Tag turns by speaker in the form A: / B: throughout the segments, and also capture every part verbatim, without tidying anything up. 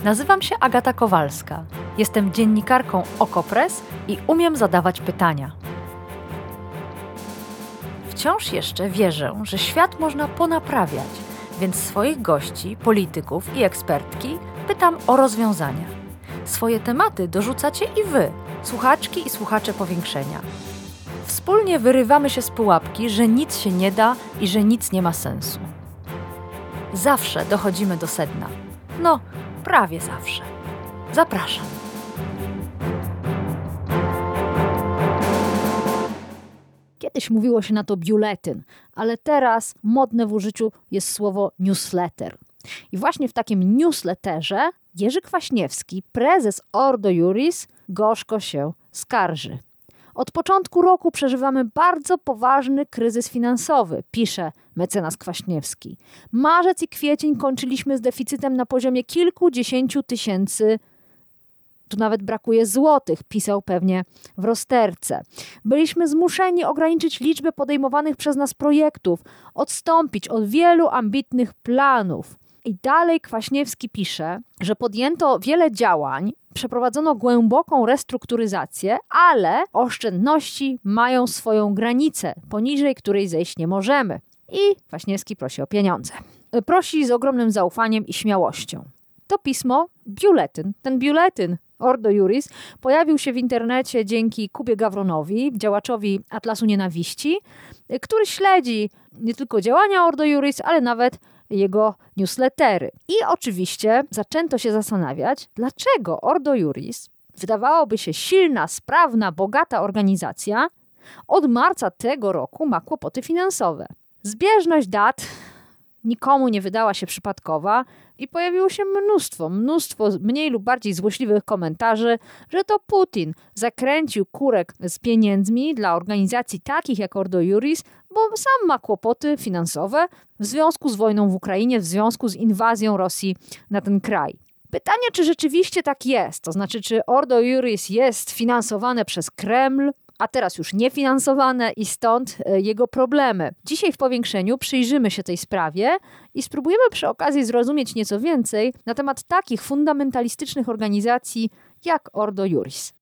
A: Nazywam się Agata Kowalska. Jestem dziennikarką Okopres i umiem zadawać pytania. Wciąż jeszcze wierzę, że świat można ponaprawiać, więc swoich gości, polityków i ekspertki pytam o rozwiązania. Swoje tematy dorzucacie i wy, słuchaczki i słuchacze Powiększenia. Wspólnie wyrywamy się z pułapki, że nic się nie da i że nic nie ma sensu. Zawsze dochodzimy do sedna. No, prawie zawsze. Zapraszam.
B: Kiedyś mówiło się na to biuletyn, ale teraz modne w użyciu jest słowo newsletter. I właśnie w takim newsletterze Jerzy Kwaśniewski, prezes Ordo Iuris, gorzko się skarży. Od początku roku przeżywamy bardzo poważny kryzys finansowy, pisze mecenas Kwaśniewski. Marzec i kwiecień kończyliśmy z deficytem na poziomie kilkudziesięciu tysięcy, tu nawet brakuje złotych, pisał pewnie w rozterce. Byliśmy zmuszeni ograniczyć liczbę podejmowanych przez nas projektów, odstąpić od wielu ambitnych planów. I dalej Kwaśniewski pisze, że podjęto wiele działań, przeprowadzono głęboką restrukturyzację, ale oszczędności mają swoją granicę, poniżej której zejść nie możemy. I Kwaśniewski prosi o pieniądze. Prosi z ogromnym zaufaniem i śmiałością. To pismo, biuletyn, ten biuletyn Ordo Iuris pojawił się w internecie dzięki Kubie Gawronowi, działaczowi Atlasu Nienawiści, który śledzi nie tylko działania Ordo Iuris, ale nawet jego newslettery. I oczywiście zaczęto się zastanawiać, dlaczego Ordo Iuris, wydawałoby się silna, sprawna, bogata organizacja, od marca tego roku ma kłopoty finansowe. Zbieżność dat nikomu nie wydała się przypadkowa i pojawiło się mnóstwo, mnóstwo mniej lub bardziej złośliwych komentarzy, że to Putin zakręcił kurek z pieniędzmi dla organizacji takich jak Ordo Iuris, bo sam ma kłopoty finansowe w związku z wojną w Ukrainie, w związku z inwazją Rosji na ten kraj. Pytanie, czy rzeczywiście tak jest, to znaczy, czy Ordo Iuris jest finansowane przez Kreml, a teraz już niefinansowane i stąd jego problemy. Dzisiaj w Powiększeniu przyjrzymy się tej sprawie i spróbujemy przy okazji zrozumieć nieco więcej na temat takich fundamentalistycznych organizacji jak Ordo Iuris.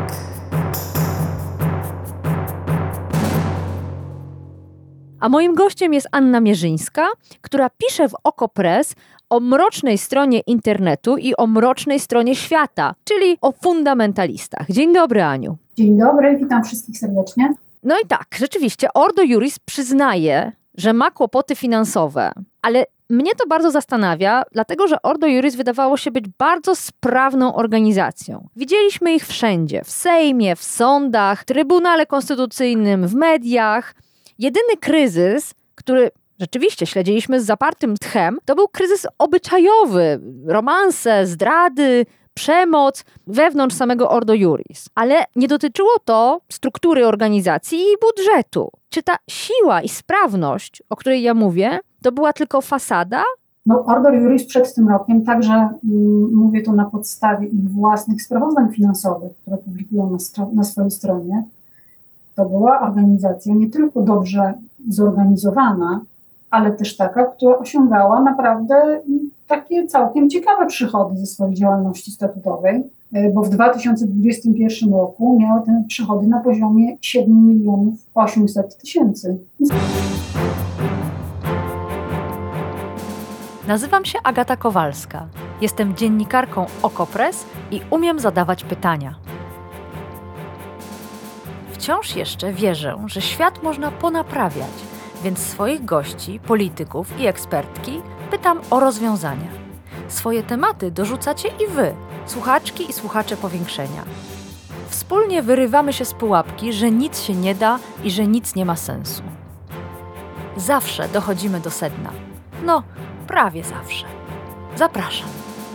B: A moim gościem jest Anna Mierzyńska, która pisze w Okopres o mrocznej stronie internetu i o mrocznej stronie świata, czyli o fundamentalistach. Dzień dobry, Aniu.
C: Dzień dobry, witam wszystkich serdecznie.
B: No i tak, rzeczywiście Ordo Iuris przyznaje, że ma kłopoty finansowe, ale mnie to bardzo zastanawia, dlatego że Ordo Iuris wydawało się być bardzo sprawną organizacją. Widzieliśmy ich wszędzie, w Sejmie, w sądach, w Trybunale Konstytucyjnym, w mediach. Jedyny kryzys, który rzeczywiście śledziliśmy z zapartym tchem, to był kryzys obyczajowy, romanse, zdrady, przemoc wewnątrz samego Ordo Iuris. Ale nie dotyczyło to struktury organizacji i budżetu. Czy ta siła i sprawność, o której ja mówię, to była tylko fasada?
C: No, Ordo Iuris przed tym rokiem, także mm, mówię to na podstawie ich własnych sprawozdań finansowych, które publikują na, stro- na swojej stronie, to była organizacja nie tylko dobrze zorganizowana, ale też taka, która osiągała naprawdę takie całkiem ciekawe przychody ze swojej działalności statutowej, bo w dwa tysiące dwudziestym pierwszym roku miały te przychody na poziomie siedem milionów osiemset tysięcy.
A: Nazywam się Agata Kowalska. Jestem dziennikarką Okopres i umiem zadawać pytania. Wciąż jeszcze wierzę, że świat można ponaprawiać, więc swoich gości, polityków i ekspertki pytam o rozwiązania. Swoje tematy dorzucacie i wy, słuchaczki i słuchacze Powiększenia. Wspólnie wyrywamy się z pułapki, że nic się nie da i że nic nie ma sensu. Zawsze dochodzimy do sedna. No, prawie zawsze. Zapraszam.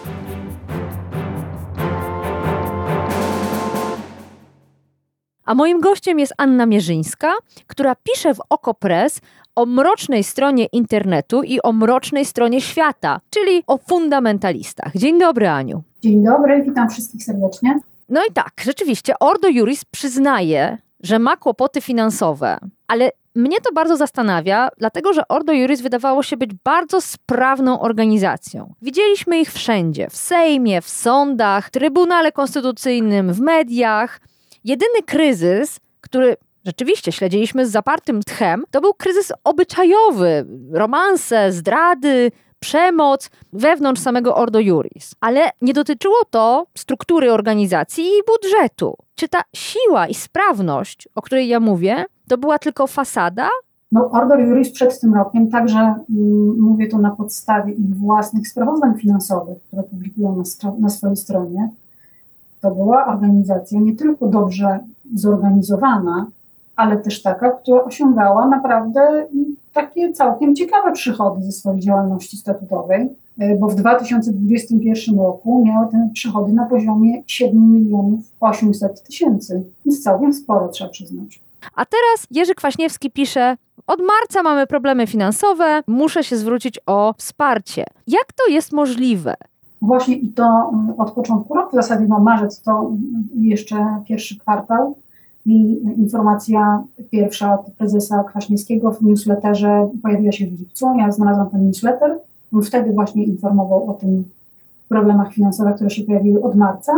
B: A moim gościem jest Anna Mierzyńska, która pisze w Okopres o mrocznej stronie internetu i o mrocznej stronie świata, czyli o fundamentalistach. Dzień dobry, Aniu.
C: Dzień dobry, witam wszystkich serdecznie.
B: No i tak, rzeczywiście Ordo Iuris przyznaje, że ma kłopoty finansowe, ale Mnie to bardzo zastanawia, dlatego że Ordo Iuris wydawało się być bardzo sprawną organizacją. Widzieliśmy ich wszędzie, w Sejmie, w sądach, w Trybunale Konstytucyjnym, w mediach. Jedyny kryzys, który rzeczywiście śledziliśmy z zapartym tchem, to był kryzys obyczajowy, romanse, zdrady, przemoc wewnątrz samego Ordo Iuris. Ale nie dotyczyło to struktury organizacji i budżetu. Czy ta siła i sprawność, o której ja mówię, to była tylko fasada?
C: No, Ordo Iuris przed tym rokiem, także mm, mówię to na podstawie ich własnych sprawozdań finansowych, które publikują na, stro- na swojej stronie, to była organizacja nie tylko dobrze zorganizowana, ale też taka, która osiągała naprawdę takie całkiem ciekawe przychody ze swojej działalności statutowej, bo w dwa tysiące dwudziestym pierwszym roku miały te przychody na poziomie siedem milionów osiemset tysięcy, więc całkiem sporo, trzeba przyznać.
B: A teraz Jerzy Kwaśniewski pisze: od marca mamy problemy finansowe, muszę się zwrócić o wsparcie. Jak to jest możliwe?
C: Właśnie i to od początku roku, w zasadzie no marzec to jeszcze pierwszy kwartał i informacja pierwsza od prezesa Kwaśniewskiego w newsletterze pojawiła się w lipcu. Ja znalazłam ten newsletter, on wtedy właśnie informował o tym problemach finansowych, które się pojawiły od marca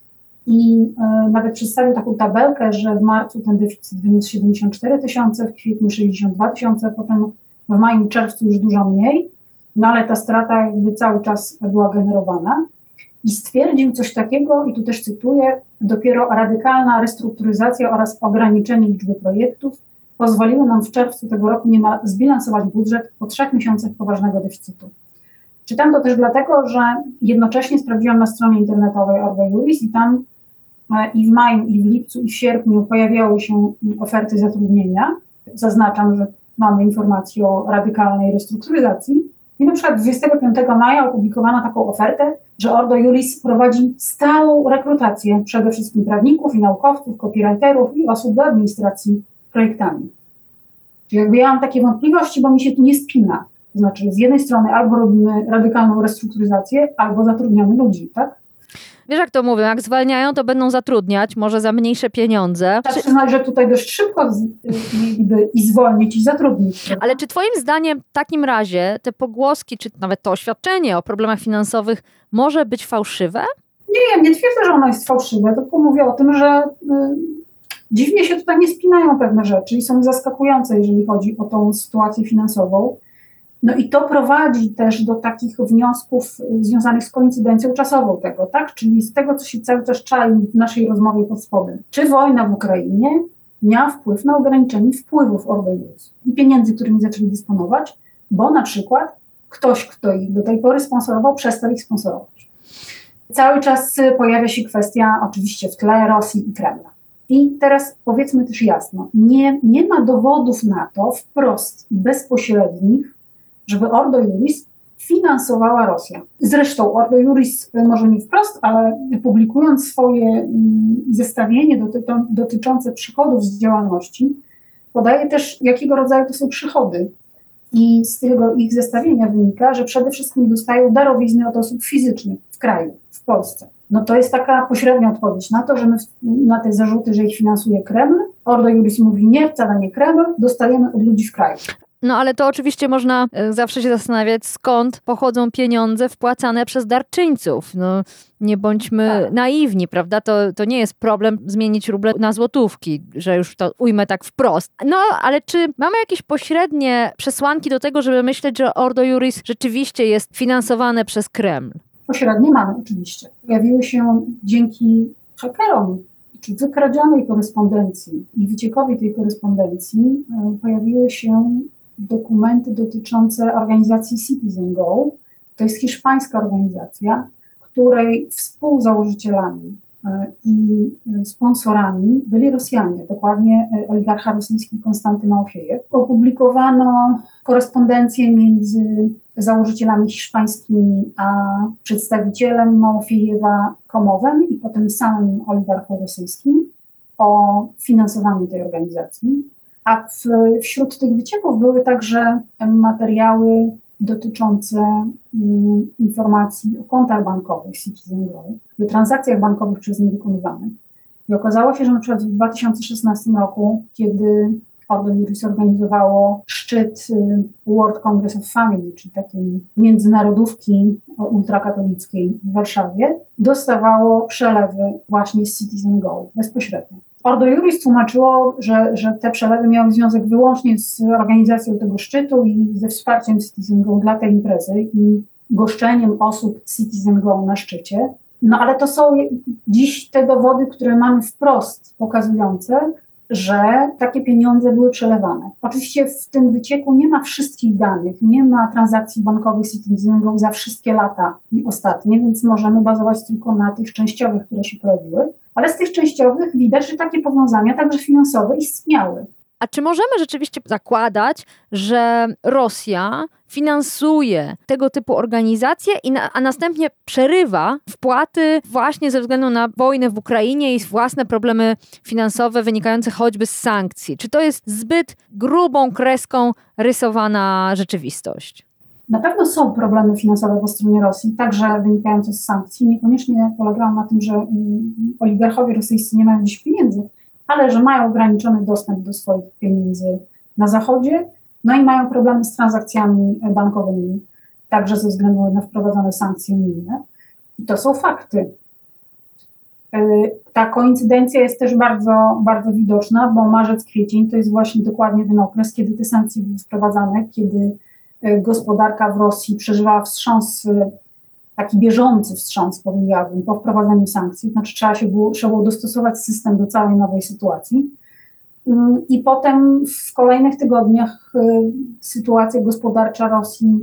C: i e, nawet przedstawił taką tabelkę, że w marcu ten deficyt wyniósł siedemdziesiąt cztery tysiące, w kwietniu sześćdziesiąt dwa tysiące, potem w maju, czerwcu już dużo mniej, no ale ta strata jakby cały czas była generowana. I stwierdził coś takiego, i tu też cytuję, dopiero radykalna restrukturyzacja oraz ograniczenie liczby projektów pozwoliły nam w czerwcu tego roku niemal zbilansować budżet po trzech miesiącach poważnego deficytu. Czytam to też dlatego, że jednocześnie sprawdziłam na stronie internetowej Ordo Iuris i tam i w maju, i w lipcu, i w sierpniu pojawiały się oferty zatrudnienia. Zaznaczam, że mamy informację o radykalnej restrukturyzacji. I na przykład dwudziestego piątego maja opublikowano taką ofertę, że Ordo Iuris prowadzi stałą rekrutację przede wszystkim prawników i naukowców, copywriterów i osób do administracji projektami. Czyli jakby ja mam takie wątpliwości, bo mi się tu nie spina. To znaczy z jednej strony albo robimy radykalną restrukturyzację, albo zatrudniamy ludzi, tak?
B: Wiesz, jak to mówią, jak zwalniają, to będą zatrudniać, może za mniejsze pieniądze.
C: Trzeba przyznać, że tutaj dość szybko z, mieliby i zwolnić, i zatrudnić. Prawda?
B: Ale czy twoim zdaniem w takim razie te pogłoski, czy nawet to oświadczenie o problemach finansowych może być fałszywe?
C: Nie, ja nie twierdzę, że ono jest fałszywe, tylko mówię o tym, że y, dziwnie się tutaj nie spinają pewne rzeczy i są zaskakujące, jeżeli chodzi o tą sytuację finansową. No i to prowadzi też do takich wniosków związanych z koincydencją czasową tego, tak? Czyli z tego, co się cały czas czai w naszej rozmowie pod spodem. Czy wojna w Ukrainie miała wpływ na ograniczenie wpływów Ordo Iuris i pieniędzy, którymi zaczęli dysponować, bo na przykład ktoś, kto ich do tej pory sponsorował, przestał ich sponsorować. Cały czas pojawia się kwestia oczywiście w tle Rosji i Kremla. I teraz powiedzmy też jasno, nie, nie ma dowodów na to wprost i bezpośrednich, żeby Ordo Iuris finansowała Rosja. Zresztą Ordo Iuris, może nie wprost, ale publikując swoje zestawienie doty- dotyczące przychodów z działalności, podaje też, jakiego rodzaju to są przychody. I z tego ich zestawienia wynika, że przede wszystkim dostają darowizny od osób fizycznych w kraju, w Polsce. No to jest taka pośrednia odpowiedź na to, że my na te zarzuty, że ich finansuje Kreml, Ordo Iuris mówi nie, wcale nie Kreml, dostajemy od ludzi w kraju.
B: No ale to oczywiście można e, zawsze się zastanawiać, skąd pochodzą pieniądze wpłacane przez darczyńców. No, nie bądźmy tak. naiwni, prawda? To, to nie jest problem zmienić ruble na złotówki, że już to ujmę tak wprost. No, ale czy mamy jakieś pośrednie przesłanki do tego, żeby myśleć, że Ordo Iuris rzeczywiście jest finansowane przez Kreml?
C: Pośrednie mamy oczywiście. Pojawiły się dzięki hakerom, czy wykradzionej korespondencji i wyciekowi tej korespondencji e, pojawiły się dokumenty dotyczące organizacji Citizen Go. To jest hiszpańska organizacja, której współzałożycielami i sponsorami byli Rosjanie, dokładnie oligarcha rosyjski Konstanty Małofiejew. Opublikowano korespondencję między założycielami hiszpańskimi a przedstawicielem Małofiejewa Komowem i potem samym oligarchą rosyjskim o finansowaniu tej organizacji. A w, wśród tych wycieków były także materiały dotyczące um, informacji o kontach bankowych Citizen Go, o transakcjach bankowych przez nie wykonywanych. I okazało się, że na przykład w dwa tysiące szesnastym roku, kiedy Ordo Iuris organizowało szczyt World Congress of Family, czyli takiej międzynarodówki ultrakatolickiej w Warszawie, dostawało przelewy właśnie z Citizen Go bezpośrednio. Ordo Iuris tłumaczyło, że, że te przelewy miały związek wyłącznie z organizacją tego szczytu i ze wsparciem Citizen Go dla tej imprezy i goszczeniem osób Citizen Go na szczycie. No ale to są dziś te dowody, które mamy wprost pokazujące, że takie pieniądze były przelewane. Oczywiście w tym wycieku nie ma wszystkich danych, nie ma transakcji bankowych Citizen Go za wszystkie lata ostatnie, więc możemy bazować tylko na tych częściowych, które się pojawiły. Ale z tych częściowych widać, że takie powiązania, także finansowe, istniały.
B: A czy możemy rzeczywiście zakładać, że Rosja finansuje tego typu organizacje, i na, a następnie przerywa wpłaty właśnie ze względu na wojnę w Ukrainie i własne problemy finansowe wynikające choćby z sankcji? Czy to jest zbyt grubą kreską rysowana rzeczywistość?
C: Na pewno są problemy finansowe po stronie Rosji, także wynikające z sankcji. Niekoniecznie polegają na tym, że oligarchowie rosyjscy nie mają dziś pieniędzy, ale że mają ograniczony dostęp do swoich pieniędzy na Zachodzie, no i mają problemy z transakcjami bankowymi, także ze względu na wprowadzone sankcje unijne. I to są fakty. Ta koincydencja jest też bardzo, bardzo widoczna, bo marzec, kwiecień to jest właśnie dokładnie ten okres, kiedy te sankcje były wprowadzane, kiedy gospodarka w Rosji przeżywała wstrząs, taki bieżący wstrząs, powiedziałabym, po wprowadzeniu sankcji. Znaczy trzeba się było, trzeba było dostosować system do całej nowej sytuacji. I potem w kolejnych tygodniach sytuacja gospodarcza Rosji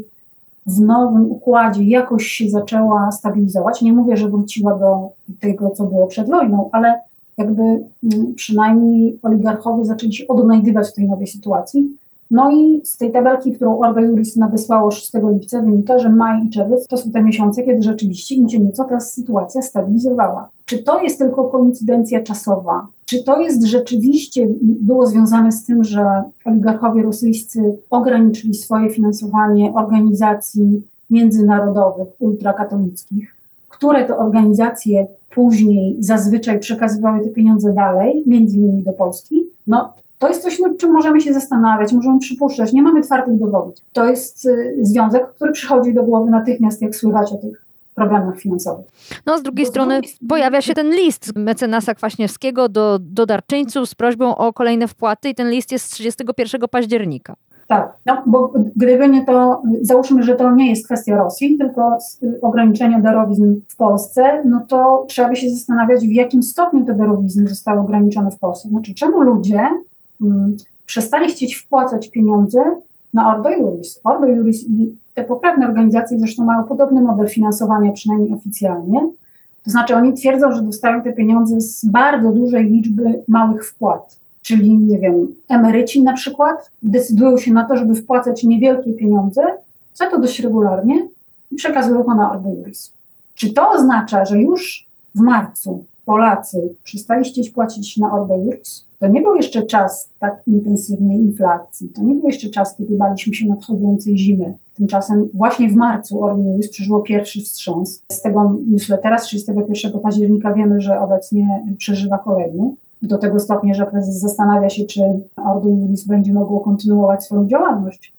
C: w nowym układzie jakoś się zaczęła stabilizować. Nie mówię, że wróciła do tego, co było przed wojną, ale jakby przynajmniej oligarchowie zaczęli się odnajdywać w tej nowej sytuacji. No i z tej tabelki, którą Ordo Iuris nadesłało szóstego lipca, wynika, że maj i czerwiec to są te miesiące, kiedy rzeczywiście im się nieco ta sytuacja stabilizowała. Czy to jest tylko koincydencja czasowa? Czy to jest rzeczywiście, było związane z tym, że oligarchowie rosyjscy ograniczyli swoje finansowanie organizacji międzynarodowych, ultrakatolickich, które to organizacje później zazwyczaj przekazywały te pieniądze dalej, między innymi do Polski? No, to jest coś, nad czym możemy się zastanawiać, możemy przypuszczać. Nie mamy twardych dowodów. To jest y, związek, który przychodzi do głowy natychmiast, jak słychać o tych problemach finansowych.
B: No, z drugiej
C: Bo
B: strony
C: z drugiej...
B: pojawia się ten list mecenasa Kwaśniewskiego do, do darczyńców z prośbą o kolejne wpłaty i ten list jest z trzydziestego pierwszego października.
C: Tak, no, bo gdyby nie to, załóżmy, że to nie jest kwestia Rosji, tylko ograniczenia darowizn w Polsce, no to trzeba by się zastanawiać, w jakim stopniu te darowizny zostały ograniczone w Polsce. Znaczy, czemu ludzie hmm, przestali chcieć wpłacać pieniądze na Ordo Iuris. Ordo Iuris i te pokrewne organizacje zresztą mają podobny model finansowania, przynajmniej oficjalnie. To znaczy oni twierdzą, że dostają te pieniądze z bardzo dużej liczby małych wpłat. Czyli, nie wiem, emeryci na przykład decydują się na to, żeby wpłacać niewielkie pieniądze, za to dość regularnie i przekazują to na Ordo Iuris. Czy to oznacza, że już w marcu Polacy przestali chcieć płacić na Ordo Iuris? To nie był jeszcze czas tak intensywnej inflacji, to nie był jeszcze czas, kiedy baliśmy się nadchodzącej zimy. Tymczasem właśnie w marcu Ordo Iuris przeżyło pierwszy wstrząs. Z tego newslettera z trzydziestego pierwszego października wiemy, że obecnie przeżywa kolejny. Do tego stopnia, że prezes zastanawia się, czy Ordo Iuris będzie mogło kontynuować swoją działalność.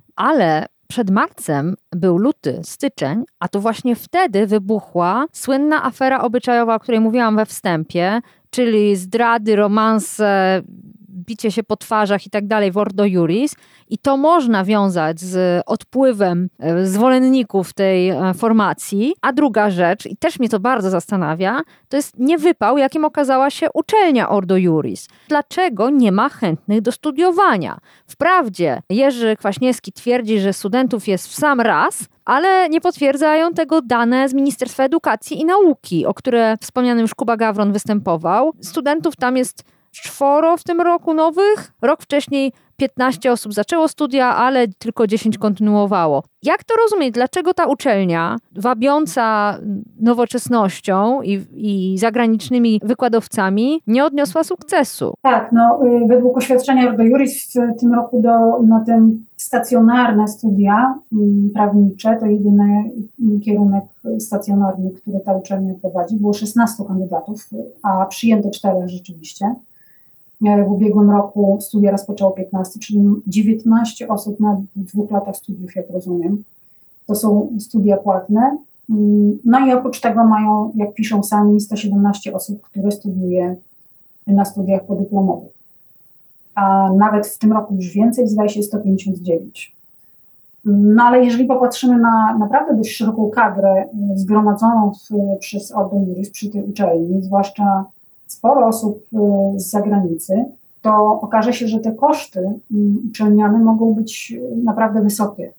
B: Ale przed marcem był luty, styczeń, a to właśnie wtedy wybuchła słynna afera obyczajowa, o której mówiłam we wstępie, czyli zdrady, romanse, bicie się po twarzach i tak dalej w Ordo Iuris. I to można wiązać z odpływem zwolenników tej formacji. A druga rzecz, i też mnie to bardzo zastanawia, to jest niewypał, jakim okazała się uczelnia Ordo Iuris. Dlaczego nie ma chętnych do studiowania? Wprawdzie Jerzy Kwaśniewski twierdzi, że studentów jest w sam raz, ale nie potwierdzają tego dane z Ministerstwa Edukacji i Nauki, o które wspomniany już Kuba Gawron występował. Studentów tam jest czworo w tym roku nowych. Rok wcześniej piętnaście osób zaczęło studia, ale tylko dziesięć kontynuowało. Jak to rozumieć? Dlaczego ta uczelnia, wabiąca nowoczesnością i, i zagranicznymi wykładowcami, nie odniosła sukcesu?
C: Tak, no według oświadczenia Ordo Iuris w tym roku do, na te stacjonarne studia prawnicze, to jedyny kierunek stacjonarny, który ta uczelnia prowadzi, było szesnastu kandydatów, a przyjęto czterech rzeczywiście. w ubiegłym roku studia rozpoczęło piętnaście, czyli dziewiętnaście osób na dwóch latach studiów, jak rozumiem. To są studia płatne. No i oprócz tego mają, jak piszą sami, sto siedemnaście osób, które studiuje na studiach podyplomowych. A nawet w tym roku już więcej, zdaje się sto pięćdziesiąt dziewięć. No ale jeżeli popatrzymy na naprawdę dość szeroką kadrę zgromadzoną w, przez Ordo Iuris przy tej uczelni, zwłaszcza sporo osób z zagranicy, to okaże się, że te koszty uczelniane mogą być naprawdę wysokie.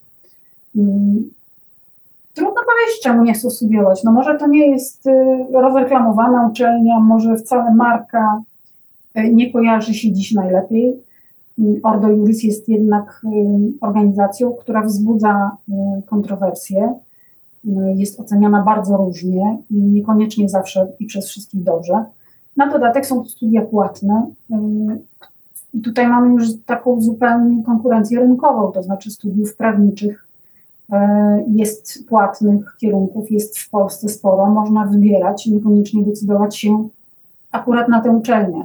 C: Trudno powiedzieć, czemu nie chcą studiować. No może to nie jest rozreklamowana uczelnia, może wcale marka nie kojarzy się dziś najlepiej. Ordo Iuris jest jednak organizacją, która wzbudza kontrowersje, jest oceniana bardzo różnie i niekoniecznie zawsze i przez wszystkich dobrze. Na dodatek są to studia płatne i tutaj mamy już taką zupełnie konkurencję rynkową, to znaczy studiów prawniczych jest płatnych kierunków, jest w Polsce sporo, można wybierać, niekoniecznie decydować się akurat na tę uczelnię.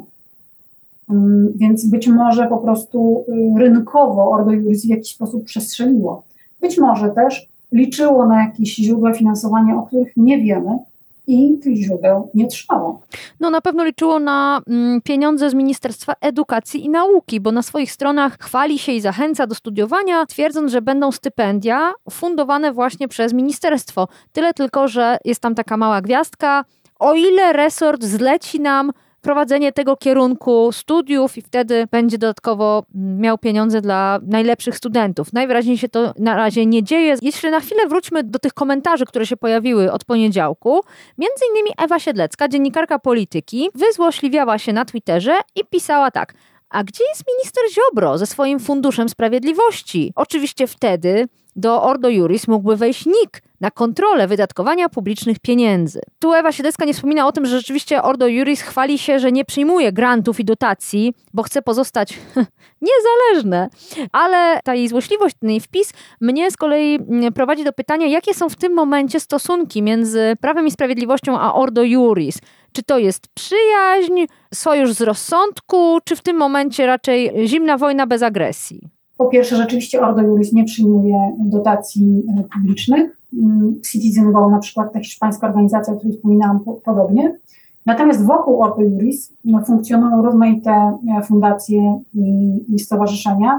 C: Więc być może po prostu rynkowo Ordo Iuris w jakiś sposób przestrzeliło. Być może też liczyło na jakieś źródła finansowania, o których nie wiemy i tych źródeł nie trzymało.
B: No na pewno liczyło na mm, pieniądze z Ministerstwa Edukacji i Nauki, bo na swoich stronach chwali się i zachęca do studiowania, twierdząc, że będą stypendia fundowane właśnie przez ministerstwo. Tyle tylko, że jest tam taka mała gwiazdka, o ile resort zleci nam prowadzenie tego kierunku studiów i wtedy będzie dodatkowo miał pieniądze dla najlepszych studentów. Najwyraźniej się to na razie nie dzieje. Jeszcze na chwilę wróćmy do tych komentarzy, które się pojawiły od poniedziałku. Między innymi Ewa Siedlecka, dziennikarka Polityki, wyzłośliwiała się na Twitterze i pisała tak: a gdzie jest minister Ziobro ze swoim Funduszem Sprawiedliwości? Oczywiście wtedy do Ordo Iuris mógłby wejść N I K na kontrolę wydatkowania publicznych pieniędzy. Tu Ewa Siedlecka nie wspomina o tym, że rzeczywiście Ordo Iuris chwali się, że nie przyjmuje grantów i dotacji, bo chce pozostać niezależne. Ale ta jej złośliwość, ten jej wpis mnie z kolei prowadzi do pytania, jakie są w tym momencie stosunki między Prawem i Sprawiedliwością a Ordo Iuris. Czy to jest przyjaźń, sojusz z rozsądku, czy w tym momencie raczej zimna wojna bez agresji?
C: Po pierwsze, rzeczywiście Ordo Iuris nie przyjmuje dotacji publicznych. Citizen Go, na przykład ta hiszpańska organizacja, o której wspominałam, po, podobnie. Natomiast wokół Ordo Iuris no, funkcjonują rozmaite fundacje i, i stowarzyszenia,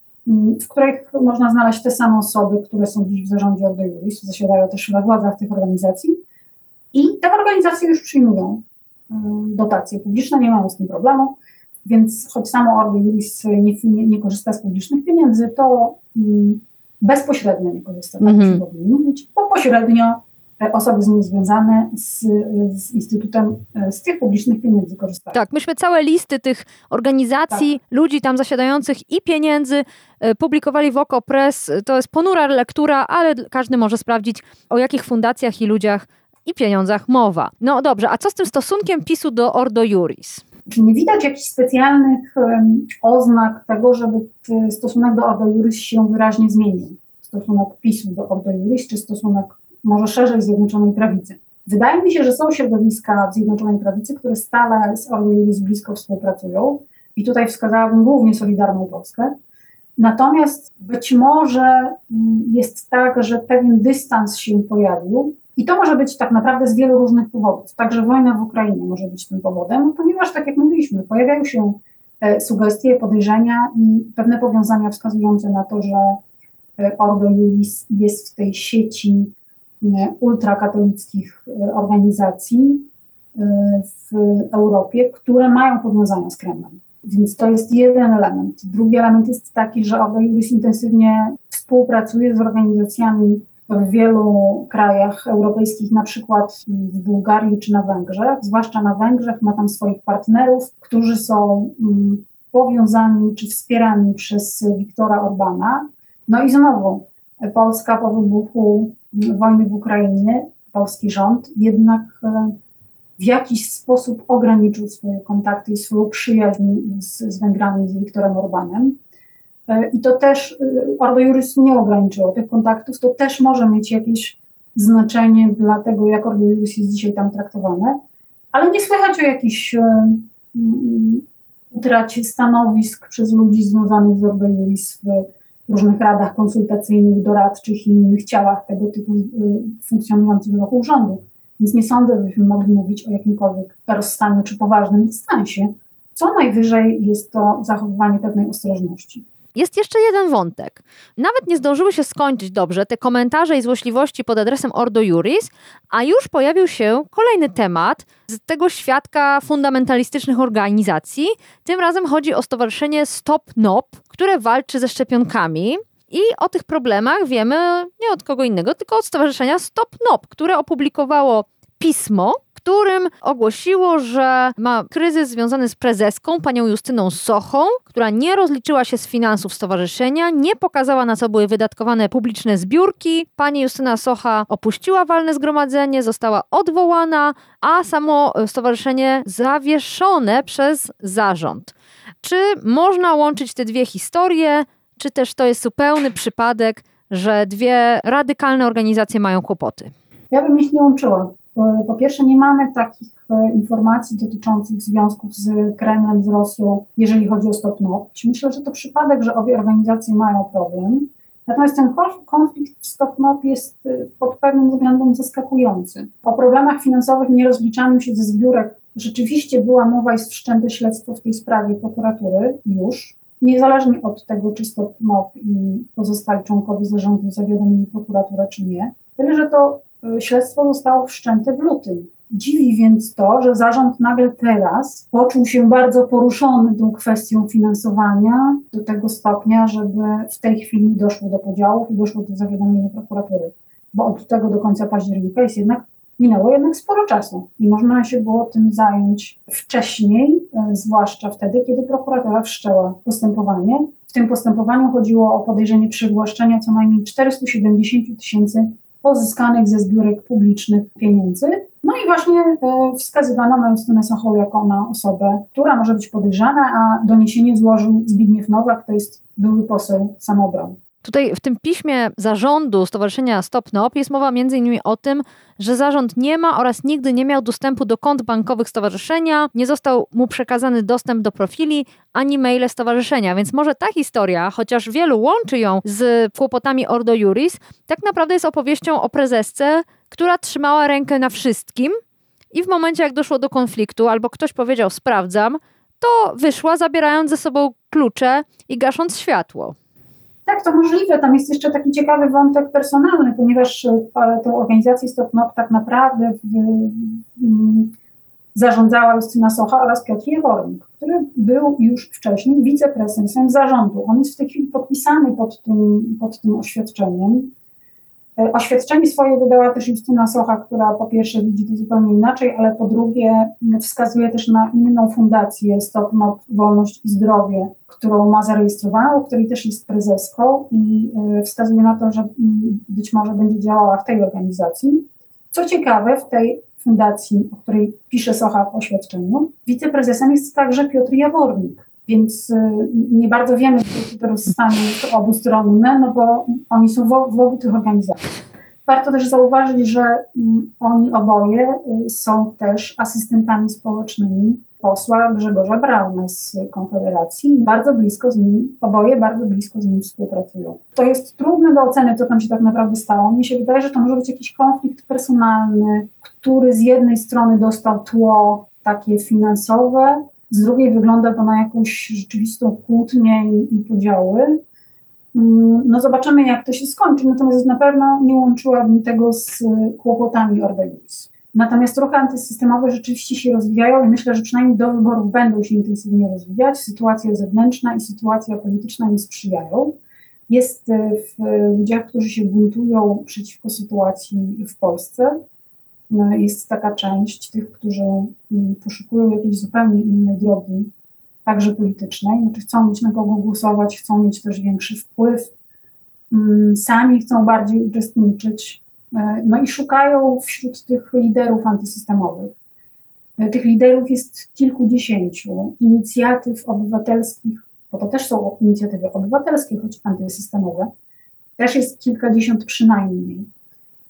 C: w których można znaleźć te same osoby, które są dziś w zarządzie Ordo Iuris, zasiadają też we władzach tych organizacji. I te organizacje już przyjmują dotacje publiczne, nie mają z tym problemu. Więc choć samo Ordo Iuris nie, nie, nie korzysta z publicznych pieniędzy, to um, bezpośrednio nie korzysta, tak mm-hmm. powinien mówić, bo pośrednio osoby z nim związane z, z Instytutem z tych publicznych pieniędzy korzystają.
B: Tak, myśmy całe listy tych organizacji, tak. ludzi tam zasiadających i pieniędzy publikowali w Okopress. To jest ponura lektura, ale każdy może sprawdzić, o jakich fundacjach i ludziach i pieniądzach mowa. No dobrze, a co z tym stosunkiem PiSu do Ordo Iuris?
C: Czy nie widać jakichś specjalnych um, oznak tego, żeby stosunek do Ordo Iuris się wyraźnie zmienił? Stosunek PiSu do Ordo Iuris, czy stosunek może szerzej Zjednoczonej Prawicy? Wydaje mi się, że są środowiska w Zjednoczonej Prawicy, które stale z Ordo Iuris blisko współpracują i tutaj wskazałabym głównie Solidarną Polskę. Natomiast być może jest tak, że pewien dystans się pojawił, i to może być tak naprawdę z wielu różnych powodów. Także wojna w Ukrainie może być tym powodem, ponieważ, tak jak mówiliśmy, pojawiają się e, sugestie, podejrzenia i pewne powiązania wskazujące na to, że e, Ordo Iuris jest w tej sieci e, ultrakatolickich e, organizacji e, w Europie, które mają powiązania z Kremlem. Więc to jest jeden element. Drugi element jest taki, że Ordo Iuris intensywnie współpracuje z organizacjami w wielu krajach europejskich, na przykład w Bułgarii czy na Węgrzech, zwłaszcza na Węgrzech ma tam swoich partnerów, którzy są um, powiązani czy wspierani przez Viktora Orbana. No i znowu Polska po wybuchu wojny w Ukrainie, polski rząd jednak e, w jakiś sposób ograniczył swoje kontakty i swoją przyjaźń z, z Węgrami, z Viktorem Orbanem. I to też Ordo Iuris nie ograniczyło tych kontaktów, to też może mieć jakieś znaczenie dla tego, jak Ordo Iuris jest dzisiaj tam traktowane, ale nie słychać o jakichś utracie stanowisk przez ludzi związanych z Ordo Iuris w różnych radach konsultacyjnych, doradczych i innych ciałach tego typu funkcjonujących wokół rządu. Więc nie sądzę, byśmy mogli mówić o jakimkolwiek rozstaniu czy poważnym dystansie. Co najwyżej jest to zachowywanie pewnej ostrożności.
B: Jest jeszcze jeden wątek. Nawet nie zdążyły się skończyć dobrze te komentarze i złośliwości pod adresem Ordo Iuris, a już pojawił się kolejny temat z tego świadka fundamentalistycznych organizacji. Tym razem chodzi o stowarzyszenie Stop N O P, które walczy ze szczepionkami. I o tych problemach wiemy nie od kogo innego, tylko od stowarzyszenia Stop N O P, które opublikowało pismo, w którym ogłosiło, że ma kryzys związany z prezeską, panią Justyną Sochą, która nie rozliczyła się z finansów stowarzyszenia, nie pokazała, na co były wydatkowane publiczne zbiórki. Pani Justyna Socha opuściła walne zgromadzenie, została odwołana, a samo stowarzyszenie zawieszone przez zarząd. Czy można łączyć te dwie historie, czy też to jest zupełny przypadek, że dwie radykalne organizacje mają kłopoty?
C: Ja bym ich nie łączyła. Po pierwsze, nie mamy takich informacji dotyczących związków z Kremlem, z Rosją, jeżeli chodzi o Stop N O P. Myślę, że to przypadek, że obie organizacje mają problem. Natomiast ten konflikt w Stop N O P jest pod pewnym względem zaskakujący. O problemach finansowych nierozliczaniu się ze zbiórek rzeczywiście była mowa, jest wszczęte śledztwo w tej sprawie prokuratury już. Niezależnie od tego, czy Stop N O P i pozostali członkowie zarządu zawiadomili prokuraturę, czy nie. Tyle, że to śledztwo zostało wszczęte w lutym. Dziwi więc to, że zarząd nagle teraz poczuł się bardzo poruszony tą kwestią finansowania do tego stopnia, żeby w tej chwili doszło do podziałów i doszło do zawiadomienia prokuratury. Bo od tego do końca października jest jednak, minęło jednak sporo czasu i można się było tym zająć wcześniej, zwłaszcza wtedy, kiedy prokuratura wszczęła postępowanie. W tym postępowaniu chodziło o podejrzenie przywłaszczenia co najmniej czterysta siedemdziesiąt tysięcy pozyskanych ze zbiórek publicznych pieniędzy. No i właśnie e, wskazywano na Justynę Sochą jako na osobę, która może być podejrzana, a doniesienie złożył Zbigniew Nowak, to jest były poseł Samobrony.
B: Tutaj w tym piśmie zarządu Stowarzyszenia Stop N O P jest mowa między innymi o tym, że zarząd nie ma oraz nigdy nie miał dostępu do kont bankowych stowarzyszenia, nie został mu przekazany dostęp do profili ani maile stowarzyszenia, więc może ta historia, chociaż wielu łączy ją z kłopotami Ordo Iuris, tak naprawdę jest opowieścią o prezesce, która trzymała rękę na wszystkim i w momencie jak doszło do konfliktu albo ktoś powiedział sprawdzam, to wyszła zabierając ze sobą klucze i gasząc światło.
C: Tak, to możliwe. Tam jest jeszcze taki ciekawy wątek personalny, ponieważ tę organizację Stop N O P tak naprawdę w, w, zarządzała Justyna Socha oraz Piotr Jawornik, który był już wcześniej wiceprezesem zarządu. On jest w tej chwili podpisany pod tym, pod tym oświadczeniem. Oświadczenie swoje wydała też Justyna Socha, która po pierwsze widzi to zupełnie inaczej, ale po drugie wskazuje też na inną fundację Stop N O P Wolność i Zdrowie, którą ma zarejestrowaną, której też jest prezeską i wskazuje na to, że być może będzie działała w tej organizacji. Co ciekawe, w tej fundacji, o której pisze Socha w oświadczeniu, wiceprezesem jest także Piotr Jawornik. Więc nie bardzo wiemy, czy to rozstanie jest obustronne, no bo oni są w, w obu tych organizacjach. Warto też zauważyć, że oni oboje są też asystentami społecznymi posła Grzegorza Brauna z Konfederacji. Bardzo blisko z nim, oboje bardzo blisko z nim współpracują. To jest trudne do oceny, co tam się tak naprawdę stało. Mnie się wydaje, że to może być jakiś konflikt personalny, który z jednej strony dostał tło takie finansowe, z drugiej wygląda to na jakąś rzeczywistą kłótnię i, i podziały. No zobaczymy, jak to się skończy, natomiast na pewno nie łączyłabym tego z kłopotami Ordo Iuris. Natomiast ruchy antysystemowe rzeczywiście się rozwijają i myślę, że przynajmniej do wyborów będą się intensywnie rozwijać. Sytuacja zewnętrzna i sytuacja polityczna im sprzyjają. Jest w ludziach, którzy się buntują przeciwko sytuacji w Polsce. Jest taka część tych, którzy poszukują jakiejś zupełnie innej drogi, także politycznej, znaczy chcą mieć na kogo głosować, chcą mieć też większy wpływ, sami chcą bardziej uczestniczyć, no i szukają wśród tych liderów antysystemowych. Tych liderów jest kilkudziesięciu inicjatyw obywatelskich, bo to też są inicjatywy obywatelskie, choć antysystemowe, też jest kilkadziesiąt przynajmniej.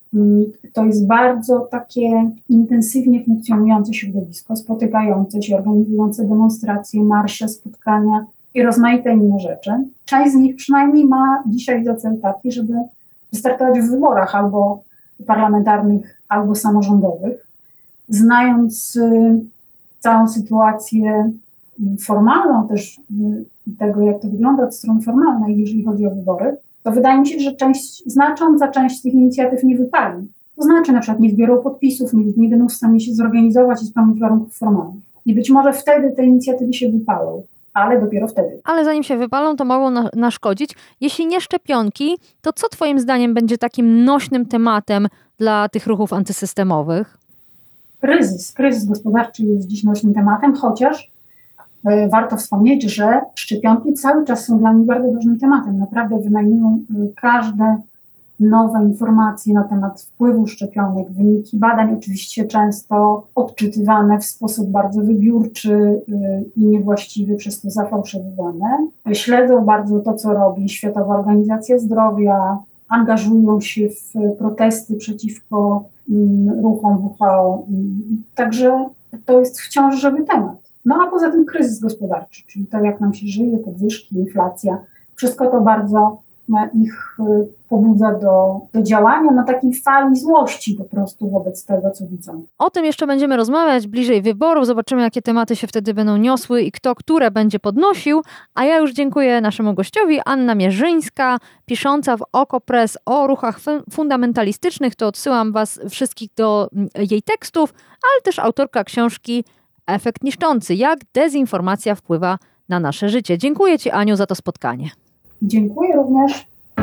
C: To jest bardzo takie intensywnie funkcjonujące środowisko, spotykające się, organizujące demonstracje, marsze, spotkania i rozmaite inne rzeczy. Część z nich przynajmniej ma dzisiaj za cel taki, żeby wystartować w wyborach albo parlamentarnych, albo samorządowych. Znając y, całą sytuację formalną też y, tego, jak to wygląda od strony formalnej, jeżeli chodzi o wybory, to wydaje mi się, że część, znacząca część tych inicjatyw nie wypali. To znaczy na przykład nie zbiorą podpisów, nie, nie będą w stanie się zorganizować i spełnić warunków formalnych. I być może wtedy te inicjatywy się wypalą, ale dopiero wtedy.
B: Ale zanim się wypalą, to mogą na- naszkodzić. Jeśli nie szczepionki, to co twoim zdaniem będzie takim nośnym tematem dla tych ruchów antysystemowych?
C: Kryzys, kryzys gospodarczy jest dziś nośnym tematem, chociaż y, warto wspomnieć, że szczepionki cały czas są dla mnie bardzo ważnym tematem. Naprawdę wynajmują y, każde nowe informacje na temat wpływu szczepionek, wyniki badań oczywiście często odczytywane w sposób bardzo wybiórczy y, i niewłaściwy, przez to zafałszowywane. Śledzą bardzo to, co robi Światowa Organizacja Zdrowia, angażują się w protesty przeciwko y, ruchom W H O. Y, także to jest wciąż żywy temat. No a poza tym kryzys gospodarczy, czyli to, jak nam się żyje, podwyżki, inflacja, wszystko to bardzo ich pobudza do, do działania na takiej fali złości po prostu wobec tego, co widzą.
B: O tym jeszcze będziemy rozmawiać bliżej wyborów. Zobaczymy, jakie tematy się wtedy będą niosły i kto które będzie podnosił. A ja już dziękuję naszemu gościowi. Anna Mierzyńska, pisząca w Okopres o ruchach fundamentalistycznych. To odsyłam was wszystkich do jej tekstów, ale też autorka książki Efekt niszczący. Jak dezinformacja wpływa na nasze życie. Dziękuję ci, Aniu, za to spotkanie.
C: Dziękuję również.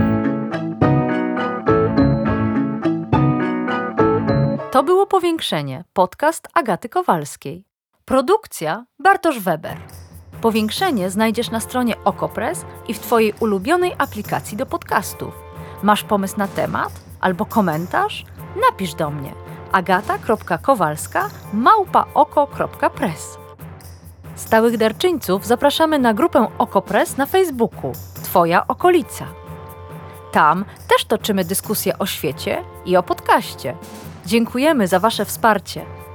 A: To było Powiększenie, podcast Agaty Kowalskiej. Produkcja Bartosz Weber. Powiększenie znajdziesz na stronie Okopres i w twojej ulubionej aplikacji do podcastów. Masz pomysł na temat albo komentarz? Napisz do mnie agata kropka kowalska małpa oko kropka press. Stałych darczyńców zapraszamy na grupę Okopres na Facebooku Twoja okolica. Tam też toczymy dyskusje o świecie i o podcaście. Dziękujemy za wasze wsparcie.